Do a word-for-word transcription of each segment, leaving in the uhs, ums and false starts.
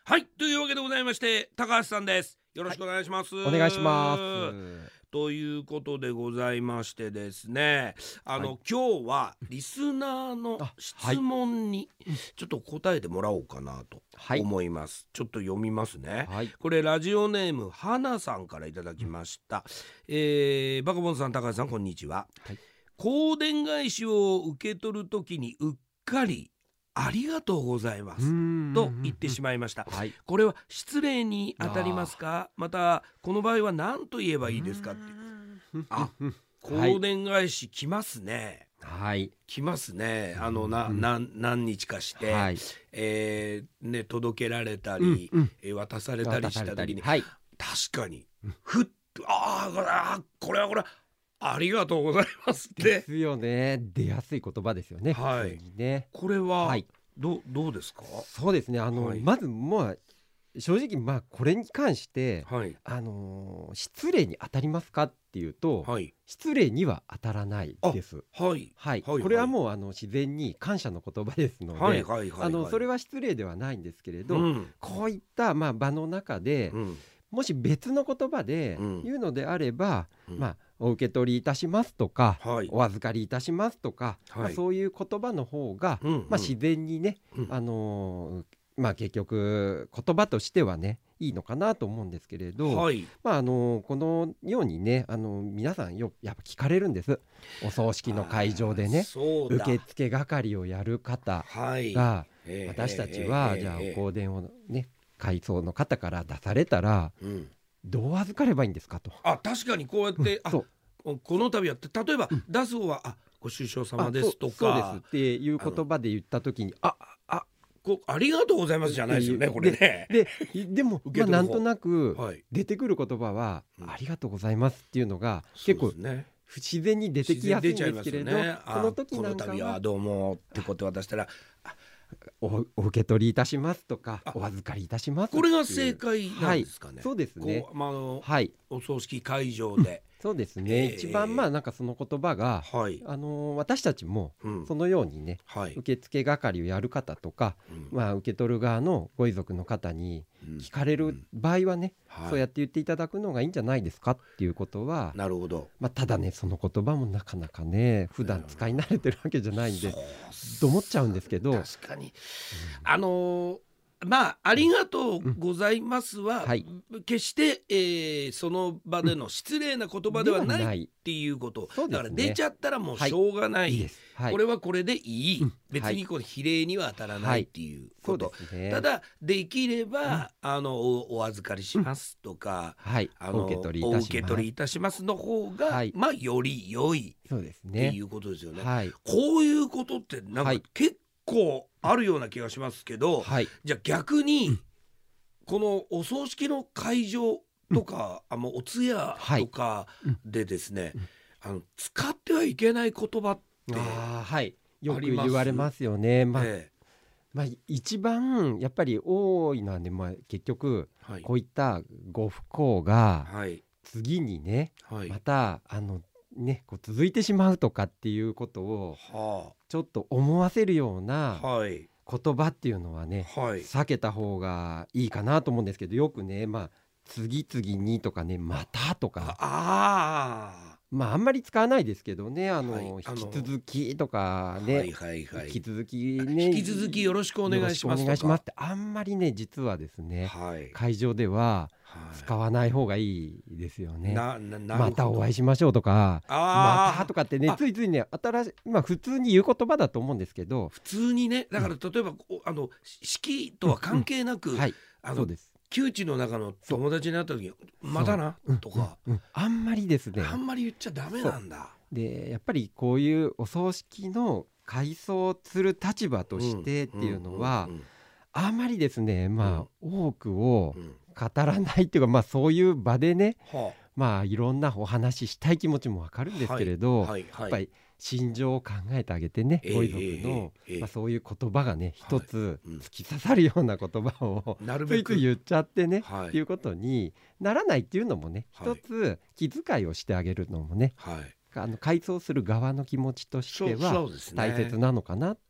はい、というわけでございまして高橋さんです。よろしくお願いします、 はい、お願いします。 ということでございましてですね、あの、はい、今日はリスナーの質問にちょっと答えてもらおうかなと思います、はい、ちょっと読みますね、はい、これラジオネームはなさんからいただきました、うんえー、バカボンさん高橋さんこんにちは、はい、香典返しを受け取るときにうっかりありがとうございますと言ってしまいました、はい、これは失礼に当たりますか、またこの場合は何と言えばいいですかっていうあ、香典返し来ますね、はい、来ますね。あのな、な何日かして、はいえーね、届けられたり、うんうん、渡されたりした時に、はい、確かにふっとああこれはこれはありがとうございますってですよね。出やすい言葉ですよね。 はい、ね、これは、はい、ど, どうですか。 そうですね。あの、はい、まずもう正直まあこれに関して、はいあのー、失礼に当たりますかっていうと、はい、失礼には当たらないです。はい、はいはい、これはもうあの自然に感謝の言葉ですので、はいはいはいはい、あのそれは失礼ではないんですけれど、うん、こういったまあ場の中で、うん、もし別の言葉で言うのであれば、うん、まあお受け取りいたしますとか、はい、お預かりいたしますとか、はいまあ、そういう言葉の方が、うんうんまあ、自然にね、うんあのーまあ、結局言葉としてはねいいのかなと思うんですけれど、はいまあ、あのこのようにねあの皆さんよやっぱ聞かれるんです。お葬式の会場でね受付係をやる方が、はいえー、私たちは、えー、じゃあお香典をね会葬の方から出されたら、うんどう預かればいいんですかと。 あ確かにこうやって、うん、あこの度やって例えば、うん、出す方はあご愁傷様ですとかそうですっていう言葉で言った時にああこありがとうございますじゃないですよねこれね。 で, で, でも、まあ、なんとなく出てくる言葉は、はい、ありがとうございますっていうのが、うん、結構不自然に出てきやすいんですけれど、ね、 その時なんかはこの度はどうもってことを渡したらお, お受け取りいたしますとかお預かりいたしますこれが正解なんですかね。 はい、そうですね。 まああのはい、お葬式会場で、 うん、そうですね、えー、一番まあなんかその言葉が、はいあのー、私たちもそのようにね、うんはい、受付係をやる方とか、うんまあ、受け取る側のご遺族の方に聞かれる場合はね、うんうん、そうやって言っていただくのがいいんじゃないですかっていうことは、 なるほど、 まあ、ただねその言葉もなかなかね普段使い慣れてるわけじゃないんで、うん、と思っちゃうんですけど、 確かに、うん、あのーまあありがとうございますは、うんはい、決して、えー、その場での失礼な言葉ではないっていうこと、うん、だから出ちゃったらもうしょうがない、はいいいはい、これはこれでいい、うん、別にこう比例には当たらないっていうこと、はいね、ただできれば、うん、あの お, お預かりしますとか、うんはい、あのお受け取りいたしますの方が、はい、まあより良いっていうことですよね、はい、こういうことってなんか結構結構あるような気がしますけど、はい、じゃあ逆に、うん、このお葬式の会場とか、うん、あのお通夜とかでですね、はいうん、あの使ってはいけない言葉ってあ、はい、 よく言われますよね。まあええまあ、一番やっぱり多いのはね、まあ、結局、はい、こういったご不幸が次にね、はい、またあのね、こう続いてしまうとかっていうことをちょっと思わせるような言葉っていうのはね、はい、避けた方がいいかなと思うんですけど、よくね、まあ、次々にとかねまたとかあまああんまり使わないですけどね、あの、はい、引き続きとかね、はいはいはい、引き続きね引き続きよろしくお願いしますとかお願いしますってあんまりね実はですね、はい、会場では使わない方がいいですよね。なななまたお会いしましょうとかまたとかってねついついね新しい、まあ、普通に言う言葉だと思うんですけど普通にねだから例えば、うん、あの式とは関係なく、うんうんはい、あのそうです窮地の中の友達に会った時にまたなとか、 うんうん、あんまりですねあんまり言っちゃダメなんだ。 でやっぱりこういうお葬式の回想する立場としてっていうのは、うんうんうんうん、あんまりですねまあ、うん、多くを語らないっていうか、まあ、そういう場でね、はあ、まあいろんなお話ししたい気持ちもわかるんですけれど、はいはいはい、やっぱり心情を考えてあげてね、えー、ご遺族の、えーまあ、そういう言葉がね一つ突き刺さるような言葉を、はい、ついつい言っちゃってね、はい、っていうことにならないっていうのもね一つ気遣いをしてあげるのもね、はい、あの回想する側の気持ちとしては大切なのかなっ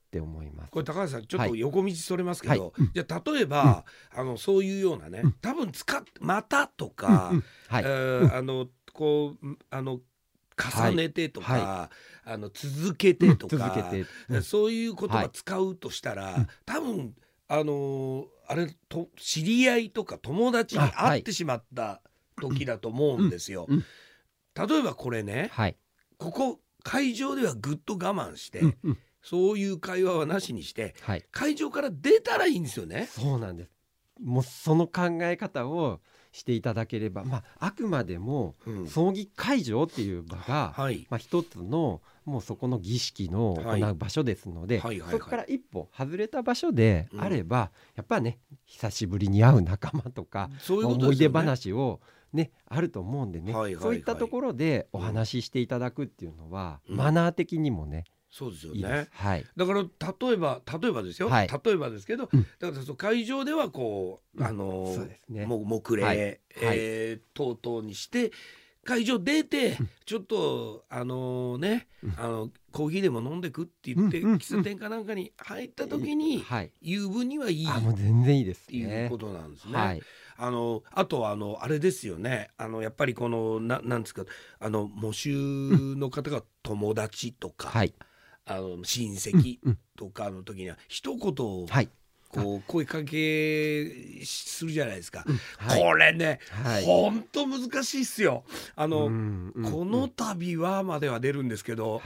って思います。 これ高橋さんちょっと横道それますけど、はい、じゃあ例えば、うん、あのそういうようなね、多分使っまたとか、あのこうあの重ねてとか、はいはい、あの続けてとか、うん、続けてうん、そういう言葉使うとしたら、はい、多分あのー、あれと知り合いとか友達に会ってしまった時だと思うんですよ。例えばこれね、はい、ここ会場ではぐっと我慢して、うんうん、そういう会話はなしにして、はい、会場から出たらいいんですよね。 そうなんです。もうその考え方をしていただければ、まあ、あくまでも葬儀会場っていう場が、うん、まあ、一つのもうそこの儀式の行う場所ですので、はいはいはいはい、そこから一歩外れた場所であれば、うん、やっぱね久しぶりに会う仲間とか、そういうことですよね、思い出話をね、あると思うんでね、はいはいはい、そういったところでお話ししていただくっていうのは、うん、マナー的にもね、 そうですよね。 いいです、はい、 だから例えば例えばですよ、はい、例えばですけど、うん、だからその会場ではこう、あのー、そうですね、も木礼、はい、えー、等々にして会場出て、うん、ちょっとあのね、うん、あのコーヒーでも飲んでくって言って、うん、喫茶店かなんかに入った時に、はい、言う分にはいい、 あ、もう全然いいですねっていうことなんですね。 はい、 あのあとはあのあれですよね、あのやっぱりこのななんですか、あの喪主の方が友達とか、はい、あの親戚とかの時には一言、はい、こう声かけするじゃないですか、うん、はい、これね、はい、ほんと難しいっすよ。あの、うんうん、この度はまでは出るんですけど、はい、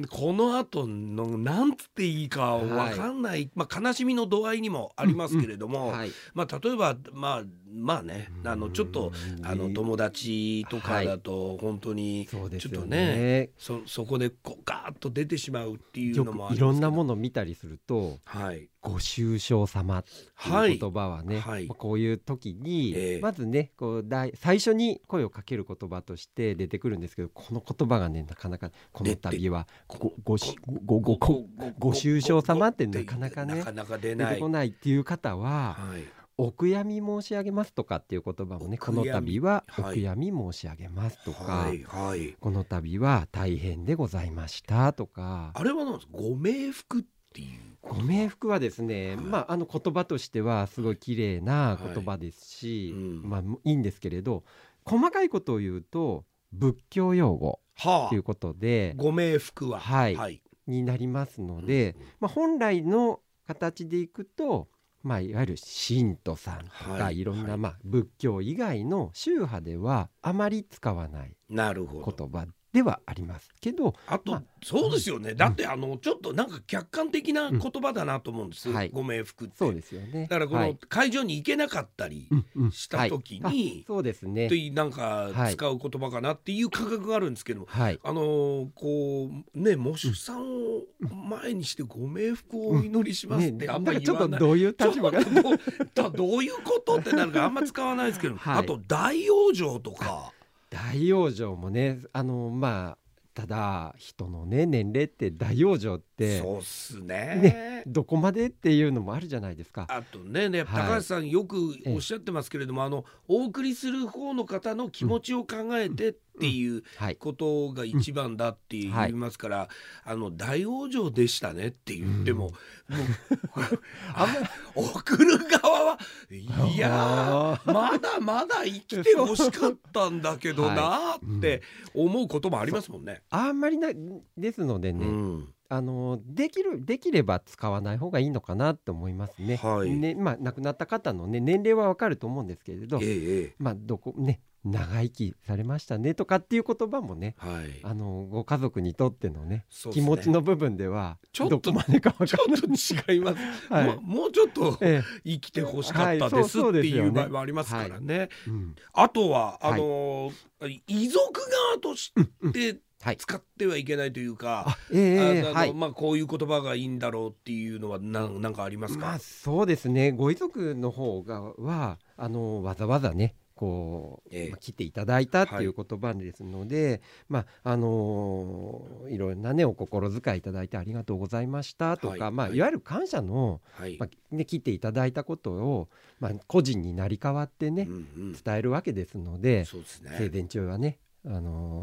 この後のなんつっていいか分かんない、はい、まあ、悲しみの度合いにもありますけれども、うんうん、はい、まあ、例えばまあまあね、あのちょっとあの友達とかだと本当にちょっとね、はい、そ, そこでこうガーッと出てしまうっていうのもありますけど、 いろんなものを見たりすると、はい、ご愁傷様っていう言葉はね、はい、こういう時に、えー、まずねこうだい最初に声をかける言葉として出てくるんですけど、この言葉がねなかなかこの度はごごごごご愁傷様ってなかなかね出てこないっていう方は、はい、お悔やみ申し上げますとかっていう言葉もね、この度はお悔やみ申し上げますとか、はいはい、この度は大変でございましたとか。 あれは何ですか、ご冥福っていう。 ご冥福はですね、はい、まあ、あの言葉としてはすごい綺麗な言葉ですし、はい、うん、まあ、いいんですけれど、細かいことを言うと仏教用語ということで、 はあ、ご冥福は、 はい、はい、になりますので、うんうん、まあ、本来の形でいくと、まあ、いわゆる神徒さんとか、はい、いろんな、まあ、仏教以外の宗派ではあまり使わない言葉ではありますけど、 あと、まあ、そうですよね、うん、だってあのちょっとなんか客観的な言葉だなと思うんです、うん、はい、ご冥福って。 そうですよね。 だからこの会場に行けなかったりした時に、うんうん、はい、 そうですね、 なんか使う言葉かなっていう感覚があるんですけども、はい、あのこうね、喪主さんを前にしてご冥福をお祈りしますってあんまり言わない、 うんね、ちょっとどういう立場がど, どういうことってなるからあんま使わないですけど、はい、あと大往生とか。 大往生もね、あのまあただ人のね年齢って大往生ってそうっす ね, ねどこまでっていうのもあるじゃないですか。 あとね、ね、高橋さんよくおっしゃってますけれども、はい、あのお送りする方の方の気持ちを考えてっていうことが一番だって言いますから、あの大往生でしたねって言っても、うん、もうあんま送る側はいやまだまだ生きてほしかったんだけどなって思うこともありますもんね。 あんまりなですのでね、うん、あのできるできれば使わない方がいいのかなと思いますね。はい、ね、まあ、亡くなった方の、ね、年齢はわかると思うんですけれど、ええ、まあ、どこね長生きされましたねとかっていう言葉もね、はい、あのご家族にとっての ね, ね気持ちの部分ではどこまでか分からない、 ちょっと違います、はい、も, もうちょっと生きてほしかったですっていう場合もありますからね、はい、うん、あとはあのーはい、遺族側として、うんうん、使ってはいけないというか、こういう言葉がいいんだろうっていうのは何、なんかありますか。 まあ、そうですね、ご遺族の方がはあのわざわざねこう、ええ、まあ、来ていただいたっていう言葉ですので、はい、まああのー、いろんなねお心遣いいただいてありがとうございましたとか、はい、まあ、いわゆる感謝の、はい、まあね、来ていただいたことを、まあ、個人になり変わってね、うんうん、伝えるわけですので、そうですね、生前中はね、あのー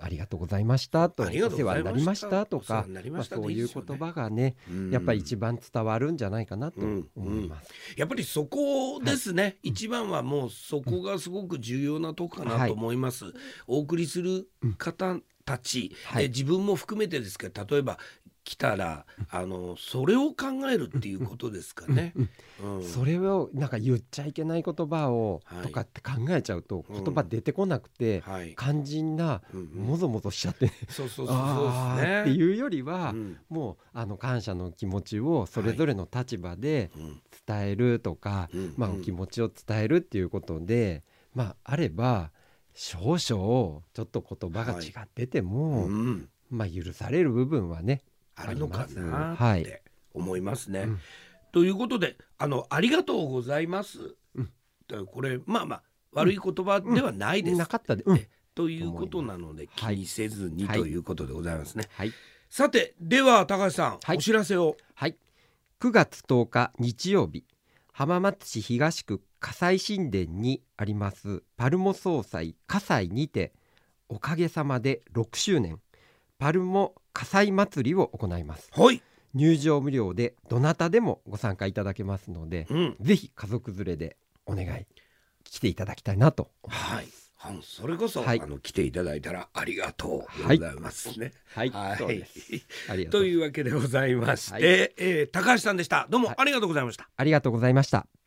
ありがとうございましたと、お世話になりましたとか、まあ、そういう言葉がね、やっぱり一番伝わるんじゃないかなと思います、うんうん、 やっぱりそこですね、はい、一番はもうそこがすごく重要なとこかなと思います、はい、お送りする方たち、はい、え自分も含めてですけど、例えば来たらあのそれを考えるっていうことですかね、うんうん、それをなんか言っちゃいけない言葉をとかって考えちゃうと、言葉出てこなくて、はい、肝心なもぞもぞしちゃって、そうそうそうそうですねっていうよりは、うん、もうあの感謝の気持ちをそれぞれの立場で伝えるとか、はいまあ、お気持ちを伝えるっていうことで、まあ、あれば少々ちょっと言葉が違ってても、はいうんまあ、許される部分はねあるのかなって思いますね、はいうん、ということであのありがとうございます、うん、これまあまあ悪い言葉ではないです、うん、 なかったで、うん、 ということなので気にせずに、はい、ということでございますね、はい、さてでは高橋さん、はい、お知らせを。 はい、くがつとおか日曜日、浜松市東区葛西神殿にありますパルモ総裁葛西にて、おかげさまでろくしゅうねんパルモ葛西祭りを行います、はい、入場無料でどなたでもご参加いただけますので、うん、ぜひ家族連れでお願い来ていただきたいなと思います、はいそれこそ、はい、あの来ていただいたらありがとうございますね。 はい、はいはい、そうです。 ありがとうというわけでございまして、はいえー、高橋さんでした。どうもありがとうございました。 ありがとうございました。